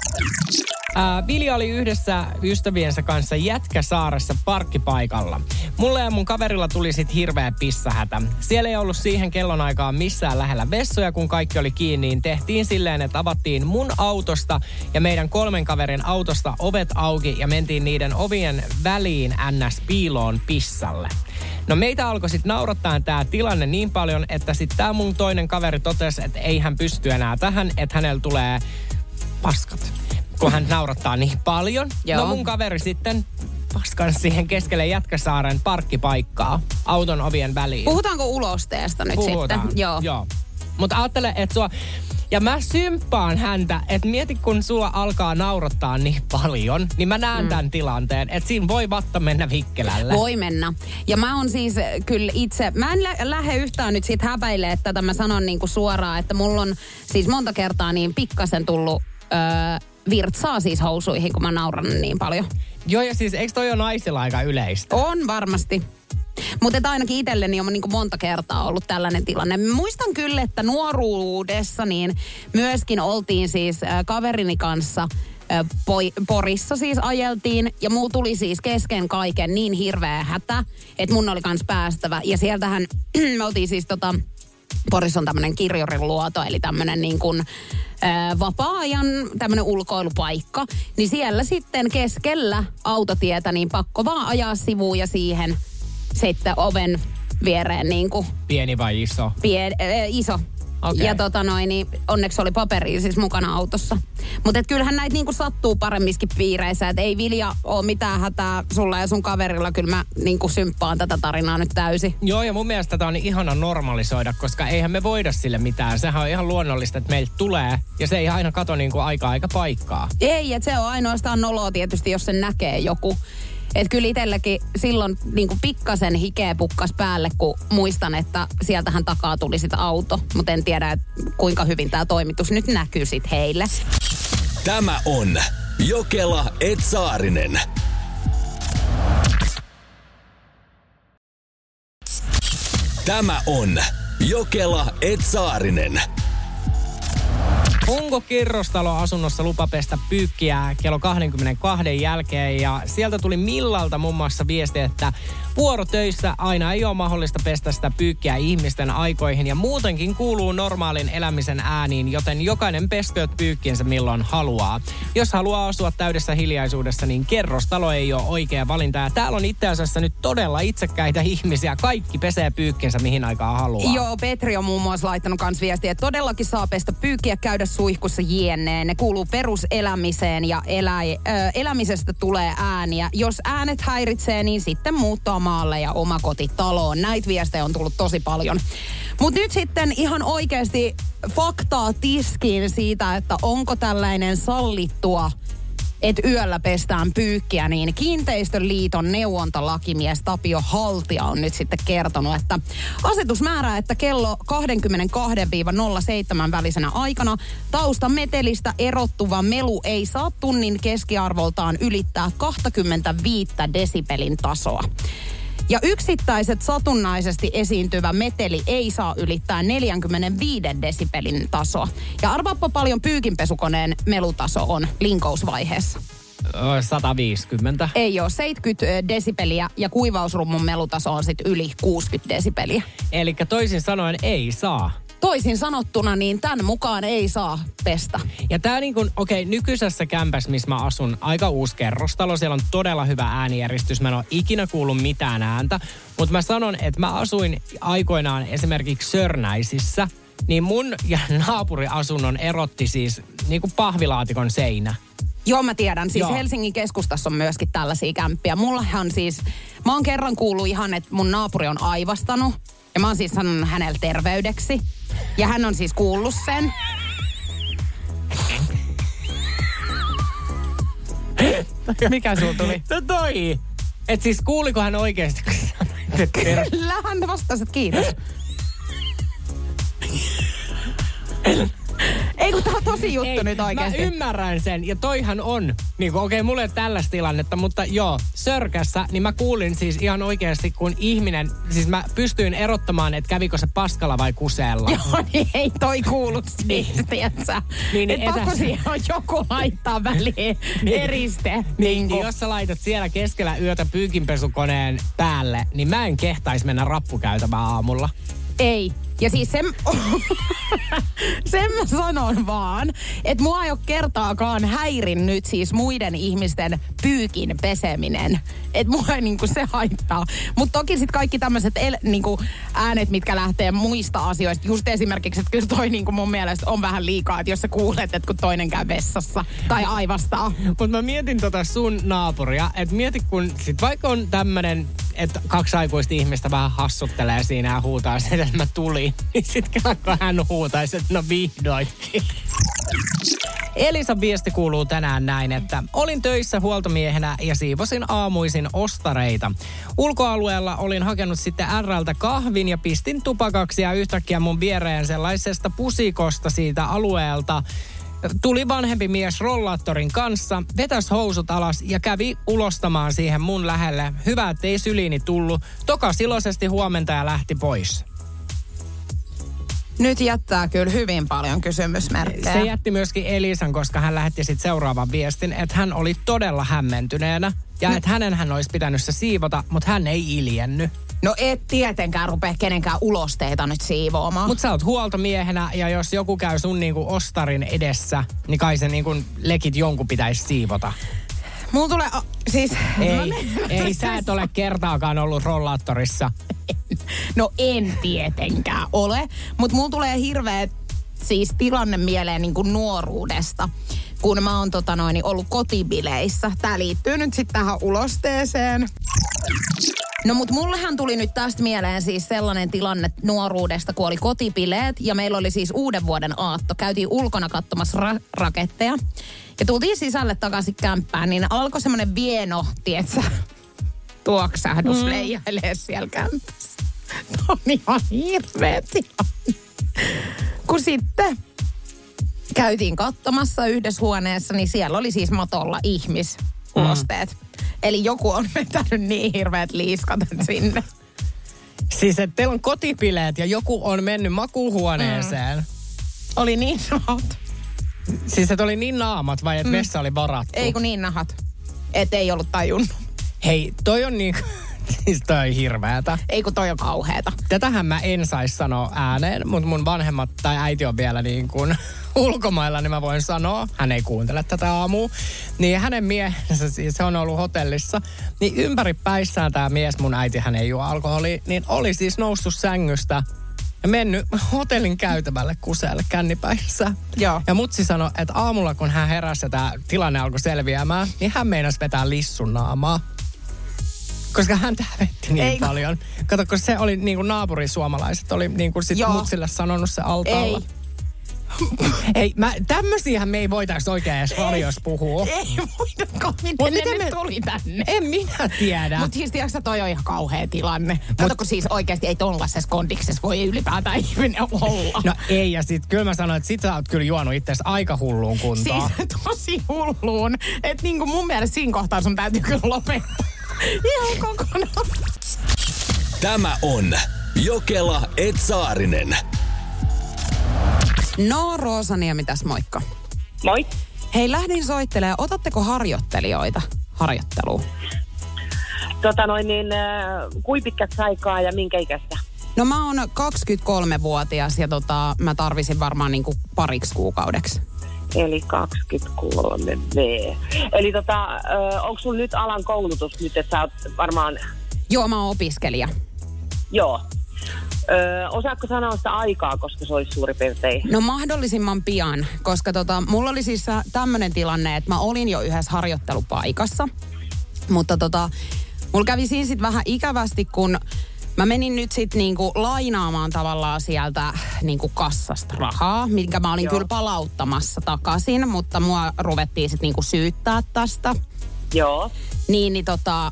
Äh, Vilja oli yhdessä ystäviensä kanssa Jätkäsaaressa parkkipaikalla. Mulle ja mun kaverilla tuli sit hirveä pissahätä. Siellä ei ollut siihen kellonaikaan missään lähellä vessoja, kun kaikki oli kiinni. Niin tehtiin silleen, että avattiin mun autosta ja meidän kolmen kaverin autosta ovet auki ja mentiin niiden ovien väliin ns. Piiloon pissalle. No meitä alkoi sit naurattaa tää tilanne niin paljon, että sit tää mun toinen kaveri totesi, että ei hän pysty enää tähän, että hänellä tulee paskat. Kun hän naurattaa niin paljon. Joo. No mun kaveri sitten paskan siihen keskelle Jätkäsaaren parkkipaikkaa auton ovien väliin. Puhutaanko ulosteesta nyt Puhutaan. sitten? Joo. Joo. Mutta ajattele, että sua... Ja mä symppaan häntä, että mieti kun sua alkaa naurattaa niin paljon, niin mä näen mm. tämän tilanteen, että siinä voi vatta mennä vikkelälle. Voi mennä. Ja mä oon siis kyllä itse, mä en lä- lähde yhtään nyt siitä häpäilemään, että tätä mä sanon niinku suoraan, että mulla on siis monta kertaa niin pikkasen tullut... Öö, virtsaa siis housuihin, kun mä nauran niin paljon. Joo, ja siis eikö toi ole naisilla aika yleistä? On varmasti. Mutta ainakin itselleni on niin monta kertaa ollut tällainen tilanne. Muistan kyllä, että nuoruudessa niin myöskin oltiin siis äh, kaverini kanssa äh, poi, Porissa siis ajeltiin. Ja muu tuli siis kesken kaiken niin hirveä hätä, että mun oli kans päästävä. Ja sieltähän me oltiin siis tota... Porissa on tämmöinen kirjurin luoto, eli tämmöinen niin kuin ää, vapaa-ajan tämmöinen ulkoilupaikka. Niin siellä sitten keskellä autotietä niin pakko vaan ajaa sivuun ja siihen sitten oven viereen niin kuin... Pieni vai iso? Pien, ää, iso. Okay. Ja tota noin, niin onneksi oli paperia siis mukana autossa. Mutta kyllähän näitä niinku sattuu paremmiskin piireissä. Että ei Vilja ole mitään hätää sulla ja sun kaverilla. Kyllä mä niinku symppaan tätä tarinaa nyt täysin. Joo, ja mun mielestä tätä on niin ihana normalisoida, koska eihän me voida sille mitään. Sehän on ihan luonnollista, että meiltä tulee. Ja se ei aina kato niinku aikaa eikä paikkaa. Ei, että se on ainoastaan noloa tietysti, jos sen näkee joku. Että kyllä itselläkin silloin niin kuin pikkasen hikeä pukkas päälle, kun muistan, että sieltähän takaa tuli sit auto. Mutta en tiedä, kuinka hyvin tämä toimitus nyt näkyy sit heille. Tämä on Jokela et Saarinen. Tämä on Jokela et Saarinen. Onko kerrostaloasunnossa lupa pestä pyykkiä kello kaksikymmentäkaksi jälkeen? Ja sieltä tuli Millalta muun muassa viesti, että vuorotöissä aina ei ole mahdollista pestä sitä pyykkiä ihmisten aikoihin. Ja muutenkin kuuluu normaalin elämisen ääniin, joten jokainen peskööt pyykkiensä milloin haluaa. Jos haluaa asua täydessä hiljaisuudessa, niin kerrostalo ei ole oikea valinta. Ja täällä on itse asiassa nyt todella itsekkäitä ihmisiä. Kaikki pesee pyykkiensä mihin aikaan haluaa. Joo, Petri on muun muassa laittanut kans viestiä, että todellakin saa pestä pyykkiä, käydä suihkussa jienneen. Ne kuuluu peruselämiseen ja elä, ö, elämisestä tulee ääniä. Jos äänet häiritsee, niin sitten muuttaa maalle ja omakotitaloon. Näitä viestejä on tullut tosi paljon. Mutta nyt sitten ihan oikeasti faktaa tiskiin siitä, että onko tällainen sallittua että yöllä pestään pyykkiä, niin Kiinteistöliiton neuvontalakimies Tapio Haltia on nyt sitten kertonut, että asetus määrää, että kello kaksikymmentäkaksi nolla seitsemän välisenä aikana taustametelistä erottuva melu ei saa tunnin keskiarvoltaan ylittää kaksikymmentäviisi desibelin tasoa. Ja yksittäiset satunnaisesti esiintyvä meteli ei saa ylittää neljäkymmentäviisi desibelin tasoa. Ja arvaappa paljon pyykinpesukoneen melutaso on linkousvaiheessa. sata viisikymmentä. Ei ole, seitsemänkymmentä desibeliä ja kuivausrummun melutaso on sitten yli kuusikymmentä desibeliä. Eli toisin sanoen ei saa. Toisin sanottuna, niin tämän mukaan ei saa pestä. Ja tää niin kuin, okei, okay, nykyisessä kämpässä, missä mä asun, aika uusi kerrostalo, siellä on todella hyvä äänijärjestys. Mä en ole ikinä kuullut mitään ääntä, mutta mä sanon, että mä asuin aikoinaan esimerkiksi Sörnäisissä, niin mun ja naapuriasunnon erotti siis niin kuin pahvilaatikon seinä. Joo, mä tiedän. Siis Joo. Helsingin keskustassa on myöskin tällaisia kämppiä. Mullahan siis, mä oon kerran kuullut ihan, että mun naapuri on aivastanut. Ja mä oon siis sanonut hänelle terveydeksi. Ja hän on siis kuullut sen. Mikä sulla tuli? No toi. Et siis kuuliko hän oikeasti, kun sanoit, Kyllä, hän vastasi, että kiitos. Ei kun tää on tosi juttu Ei, nyt oikeasti. Mä ymmärrän sen, ja toihan on, niin okei, okay, mulla ei ole tällaista tilannetta, mutta joo, Sörkässä, niin mä kuulin siis ihan oikeasti, kun ihminen, siis mä pystyin erottamaan, että kävikö se paskalla vai kuseella. Joo, niin ei toi kuulu siis, tietsä. Niin, Et niin, pakko etäs- siihen on joku laittaa väliin eriste. Niin, Niin, niin jos sä laitat siellä keskellä yötä pyykinpesukoneen päälle, niin mä en kehtaisi mennä rappukäytävään aamulla. Ei. Ja siis sen, sen mä sanon vaan, että mua ei ole kertaakaan häirinnyt siis muiden ihmisten pyykin peseminen. Että mua ei niinku se haittaa. Mutta toki sitten kaikki tämmöiset niinku äänet, mitkä lähtee muista asioista. Just esimerkiksi, että kyllä toi niinku mun mielestä on vähän liikaa, että jos sä kuulet, että kun toinen käy vessassa tai aivastaa. Mutta mä mietin tota sun naapuria, että mieti kun sit vaikka on tämmönen, että kaksi aikuista ihmistä vähän hassuttelee siinä ja huutaa sen, että mä tulin. Niin sit kun hän huutaisi, että no vihdoinkin. Elisan viesti kuuluu tänään näin, että olin töissä huoltomiehenä ja siivosin aamuisin ostareita. Ulkoalueella olin hakenut sitten R:ltä kahvin ja pistin tupakaksi ja yhtäkkiä mun viereen sellaisesta pusikosta siitä alueelta tuli vanhempi mies rollaattorin kanssa, vetäs housut alas ja kävi ulostamaan siihen mun lähelle. Hyvä, ettei syliini tullut. Tokas iloisesti huomenta ja lähti pois. Nyt jättää kyllä hyvin paljon kysymysmerkkejä. Se jätti myöskin Elisan, koska hän lähetti sitten seuraavan viestin, että hän oli todella hämmentyneenä. Ja että hänen hän olisi pitänyt se siivota, mutta hän ei iljennyt. No et tietenkään rupea kenenkään ulosteita nyt siivoamaan. Mutta sä oot huoltomiehenä ja jos joku käy sun niinku ostarin edessä, niin kai se niinku lekit jonkun pitäisi siivota. Mulla tulee, a, siis... Ei, ei sä et ole kertaakaan ollut rollaattorissa. No en tietenkään ole, mutta mulla tulee hirveä siis tilanne mieleen niin kuin nuoruudesta, kun mä oon tota noin, ollut kotibileissä. Tää liittyy nyt sitten tähän ulosteeseen. No mut mullehan tuli nyt tästä mieleen siis sellainen tilanne nuoruudesta, kun oli kotibileet ja meillä oli siis uuden vuoden aatto. Käytiin ulkona katsomassa ra- raketteja ja tultiin sisälle takaisin kämppään, niin alkoi semmoinen vieno, tietsä, tuoksahdus mm. leijailee siellä kämpässä. Tämä on ihan hirveä tilanne. Kun sitten käytiin katsomassa yhdessä huoneessa, niin siellä oli siis matolla ihmisulosteet. Mm. Eli joku on vetänyt niin hirveät liiskat sinne. Siis että teillä on kotipileet ja joku on mennyt makuuhuoneeseen. Mm. Oli niin nahat. Siis että oli niin naamat vai että mm. vessa oli varattu? Ei kun niin nahat. Et ei ollut tajunnut. Hei, toi on niin... Siis toi on hirveätä. Ei kun toi on kauheeta. Tätähän mä en saisi sanoa ääneen, mutta mun vanhemmat tai äiti on vielä niin kuin ulkomailla, niin mä voin sanoa. Hän ei kuuntele tätä aamua. Niin hänen miehensä, siis se on ollut hotellissa, niin ympäri päissään tämä mies, mun äiti, hän ei juo alkoholia, niin oli siis noussut sängystä ja mennyt hotellin käytävälle kuseelle kännipäissä. Joo. Ja mutsi sanoi, että aamulla kun hän heräsi ja tämä tilanne alkoi selviämään, niin hän meinasi vetää lissun naamaa. Koska hän hävetti niin Ei, paljon. Kato, kun se oli niin kuin naapurisuomalaiset, oli niin kuin sit mutsille sanonut se altaalla. Ei. Ei, mä, tämmösiähän me ei voitaisi oikein edes radiossa puhua. Ei voidakaan, miten Mut ne miten nyt me- tuli tänne. En minä tiedä. Mutta siis tiedätkö, toi on ihan kauhea tilanne. Katsoko siis oikeasti ei tollaisessa kondiksessa voi ylipäätään ihminen olla. No ei, ja sit kyllä mä sanoin, että sit sä oot kyllä juonut itseäsi aika hulluun kuntoon. Siis tosi hulluun. Että niinku mun mielestä siinä kohtaa sun täytyy kyllä lopettaa. Ihan kokonaan. Tämä on Jokela et Saarinen. No Roosaniemi tässä, moikka. Moi. Hei, lähdin soittelemaan. Otatteko harjoittelijoita harjoitteluun? Tota noin niin, äh, kui pitkäksi aikaa ja minkä ikäistä? No mä oon kaksikymmentäkolmevuotias ja tota, mä tarvisin varmaan niinku pariksi kuukaudeksi. Eli kaksikymmentäkolme vuotta. Eli tota, äh, onko sulla nyt alan koulutus nyt, että sä oot varmaan... Joo, mä oon opiskelija. Joo. Ö, osaatko sanoa sitä aikaa, koska se olisi suurin piirtein? No mahdollisimman pian, koska tota, mulla oli siis tämmönen tilanne, että mä olin jo yhdessä harjoittelupaikassa. Mutta tota, mulla kävi siinä sit vähän ikävästi, kun mä menin nyt sit niinku lainaamaan tavallaan sieltä niinku kassasta rahaa, minkä mä olin Joo. kyllä palauttamassa takaisin, mutta mua ruvettiin sit niinku syyttää tästä. Joo. Niin, niin tota,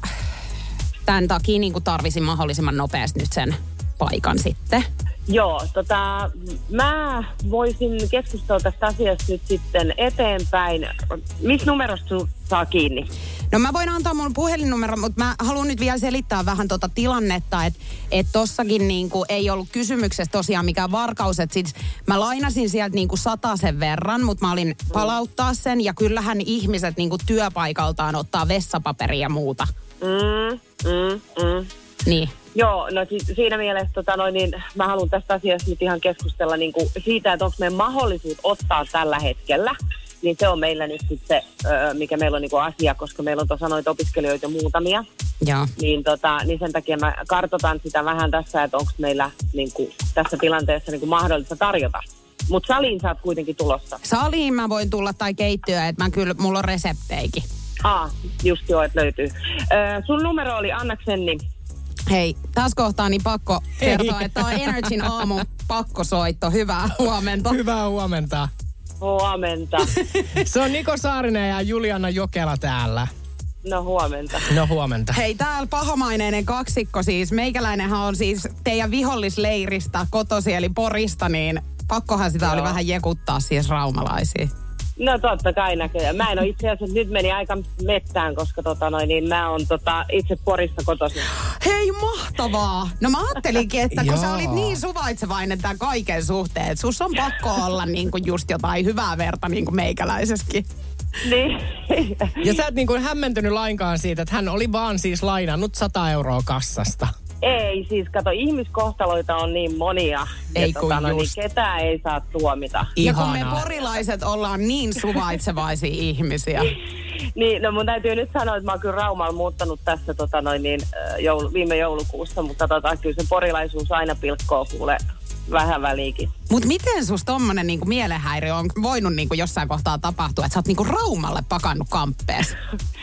tämän takia niinku tarvisin mahdollisimman nopeasti nyt sen paikan sitten. Joo, tota, mä voisin keskustella tästä asiasta nyt sitten eteenpäin. Missä numerosta sun saa kiinni? No mä voin antaa mun puhelinnumero, mutta mä haluan nyt vielä selittää vähän tota tilannetta, että et tossakin niinku ei ollut kysymyksessä tosiaan mikään varkaus, että sit mä lainasin sieltä niinku satasen verran, mutta mä olin palauttaa sen ja kyllähän ihmiset niinku työpaikaltaan ottaa vessapaperia ja muuta. Mm, mm, mm. Niin. Joo, no si- siinä mielessä tota noin, niin mä haluan tästä asiasta nyt ihan keskustella niin kuin siitä, että onko meidän mahdollisuus ottaa tällä hetkellä. Niin se on meillä nyt sitten se, öö, mikä meillä on niin kuin asia, koska meillä on tuossa noita opiskelijoita muutamia. Joo. Niin, tota, niin sen takia mä kartoitan sitä vähän tässä, että onko meillä niin kuin, tässä tilanteessa niin kuin mahdollista tarjota. Mutta saliin sä oot kuitenkin tulossa. Saliin mä voin tulla tai keittiöön, että mä kyllä, mulla on resepteikin. Aa, just joo, että löytyy. Öö, sun numero oli Annaksenni. Hei, tässä kohtaa niin pakko kertoa, että tämä on Energyn aamu pakkosoitto. Hyvää huomenta. Hyvää huomenta. Huomenta. Se on Niko Saarinen ja Juliana Jokela täällä. No huomenta. No huomenta. Hei, täällä pahamaineinen kaksikko siis. Meikäläinenhän on siis teidän vihollisleiristä kotosi eli Porista, niin pakkohan sitä Joo. oli vähän jekuttaa siis raumalaisia. No totta kai näköjään. Mä en ole itse asiassa, nyt meni aika mettään, koska tota noin, niin mä oon tota, itse Porista kotoisin. Hei, mahtavaa! No mä ajattelinkin, että kun sä Joo. olit niin suvaitsevainen tämän kaiken suhteen, että sus on pakko olla niin kuin just jotain hyvää verta niin kuin meikäläisessäkin. Niin. Ja sä et niin kuin hämmentynyt lainkaan siitä, että hän oli vaan siis lainannut sata euroa kassasta. Ei, siis kato, ihmiskohtaloita on niin monia. Ei ja kun tota, noin, niin just. ketään ei saa tuomita. Ja kun me Ihanaa. porilaiset ollaan niin suvaitsevaisia ihmisiä. Niin, no mun täytyy nyt sanoa, että mä oon kyllä Raumalla muuttanut tässä tota noin niin, äh, joulu, viime joulukuussa, mutta tota, kyllä se porilaisuus aina pilkkoo kuule vähän väliinkin. Mut miten sus tommonen niinku mielenhäiriö on voinut niinku jossain kohtaa tapahtua, että sä oot niinku Raumalle pakannut kamppees?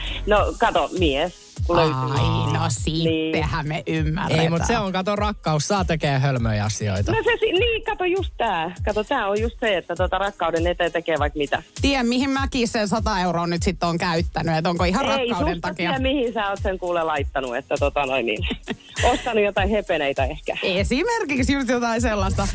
No kato, mies. Kun löytyy. Ai, no sittenhän me ymmärretään. Ei, mutta se on, kato, rakkaus saa tekee hölmöjä asioita. No se, si- niin, kato just tää. Kato, tää on just se, että tota rakkauden eteen tekee vaikka mitä. Tien, mihin mäkin sen sata euroa nyt sitten on käyttänyt, että onko ihan Ei rakkauden susta takia. tiedä, mihin sä oot sen kuule laittanut, että tota noin niin. Ostanut jotain hepeneitä ehkä. Esimerkiksi just jotain sellaista.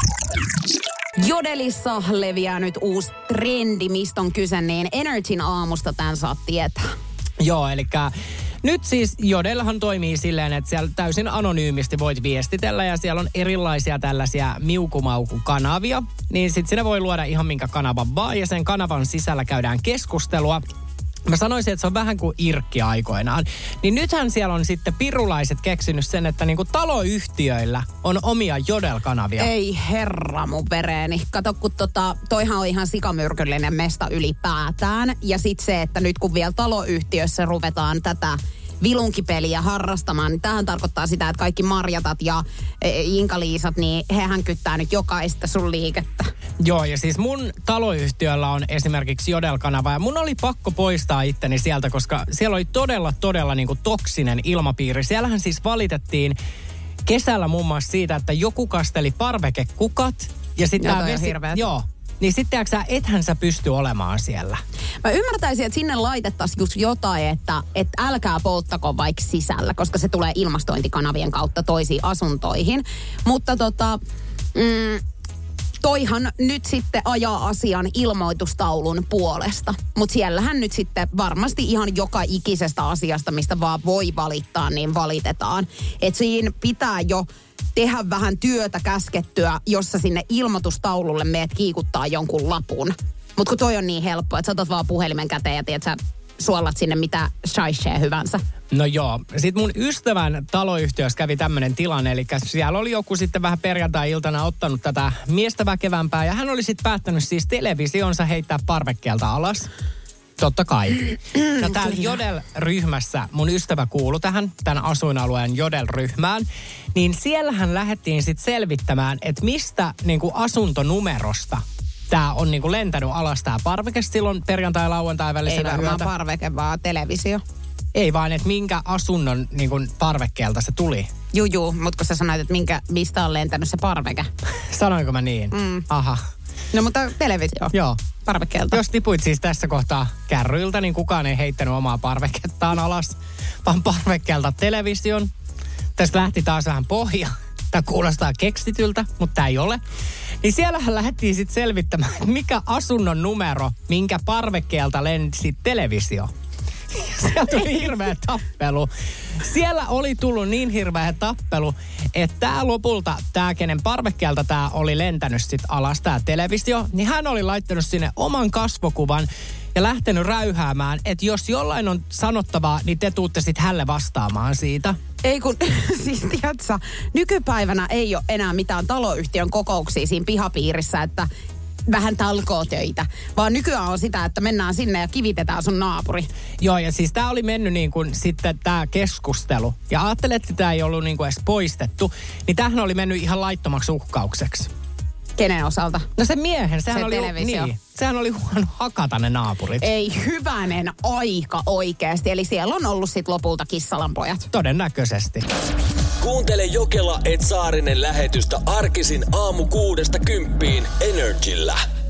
Jodelissa leviää nyt uusi trendi, mistä on kyse, niin Energyn aamusta tämän saat tietää. Joo, eli nyt siis Jodellahan toimii silleen, että siellä täysin anonyymisti voit viestitellä ja siellä on erilaisia tällaisia miukumaukukanavia. Niin sit sinne voi luoda ihan minkä kanavan vaan ja sen kanavan sisällä käydään keskustelua. Mä sanoisin, että se on vähän kuin Irkki aikoinaan. Niin nythän siellä on sitten pirulaiset keksinyt sen, että niinku taloyhtiöillä on omia Jodel-kanavia. Ei herra mun vereeni. Kato, kun tota, toihan on ihan sikamyrkyllinen mesta ylipäätään. Ja sit se, että nyt kun vielä taloyhtiössä ruvetaan tätä vilunkipeliä harrastamaan, niin tämähän tarkoittaa sitä, että kaikki Marjatat ja e, Inka-Liisat, niin hehän kyttää nyt jokaista sun liikettä. Joo, ja siis mun taloyhtiöllä on esimerkiksi Jodel-kanava, ja mun oli pakko poistaa itteni sieltä, koska siellä oli todella, todella niin kuin toksinen ilmapiiri. Siellähän siis valitettiin kesällä muun muassa siitä, että joku kasteli parvekekukat, ja sitten Joo, tämä toi on vesi... hirveet. Joo. niin sitten sä, ethän sä pysty olemaan siellä. Mä ymmärtäisin, että sinne laitettaisiin just jotain, että, että älkää polttako vaikka sisällä, koska se tulee ilmastointikanavien kautta toisiin asuntoihin. Mutta tota, mm, toihan nyt sitten ajaa asian ilmoitustaulun puolesta. Mutta siellähän nyt sitten varmasti ihan joka ikisestä asiasta, mistä vaan voi valittaa, niin valitetaan. Että siinä pitää jo tehdä vähän työtä käskettyä, jossa sinne ilmoitustaululle meet kiikuttaa jonkun lapun. Mutta kun toi on niin helppo, että sä otat vaan puhelimen käteen ja tiedät, sä suolat sinne mitä shaishea hyvänsä. No joo. Sitten mun ystävän taloyhtiössä kävi tämmöinen tilanne, eli siellä oli joku sitten vähän perjantai-iltana ottanut tätä miestä väkevämpää, ja hän oli sitten päättänyt siis televisionsa heittää parvekkeelta alas. Totta kai. No täällä Jodel-ryhmässä mun ystävä kuului tähän, tämän asuinalueen Jodel-ryhmään, niin siellähän lähdettiin sitten selvittämään, että mistä niin kuin asuntonumerosta tää on niin kuin lentänyt alas tää parveke silloin perjantai-lauantai välisenä Ei varmaan parveke, vaan televisio. Ei vaan, että minkä asunnon niin kuin parvekkeelta se tuli. Juu, juu, mutta kun sä sanoit, että minkä, mistä on lentänyt se parveke. Sanoinko mä niin? Mm. Aha. No mutta televisio. Joo. Parvekkeelta. Jos tipuit siis tässä kohtaa kärryiltä, niin kukaan ei heittänyt omaa parvekettaan alas, vaan parvekkeelta television. Tästä lähti taas vähän pohja. Tämä kuulostaa keksityltä, mutta tämä ei ole. Niin siellähän lähdettiin sitten selvittämään, mikä asunnon numero, minkä parvekkeelta lensi televisio. Siellä tuli hirveä tappelu. Siellä oli tullut niin hirveä tappelu, että tää lopulta, tää kenen parvekkeelta tää oli lentänyt sit alas, tää televisio, niin hän oli laittanut sinne oman kasvokuvan ja lähtenyt räyhäämään, että jos jollain on sanottavaa, niin te tuutte sit hälle vastaamaan siitä. Ei kun, siis tiedätkö, nykypäivänä ei ole enää mitään taloyhtiön kokouksia siinä pihapiirissä, että vähän talkootöitä, vaan nykyään on sitä, että mennään sinne ja kivitetään sun naapuri. Joo, ja siis tää oli mennyt niin kuin sitten tää keskustelu. Ja ajattelet, että tää ei ollut niin kuin edes poistettu, niin tämähän oli mennyt ihan laittomaksi uhkaukseksi. Kenen osalta? No se miehen, sehän se oli, televisio. Niin, sehän oli huono hakata ne naapurit. Ei hyvänen aika oikeasti, eli siellä on ollut sit lopulta kissalanpojat. Todennäköisesti. Kuuntele Jokela et Saarinen lähetystä arkisin aamu kuudesta kymppiin Energillä.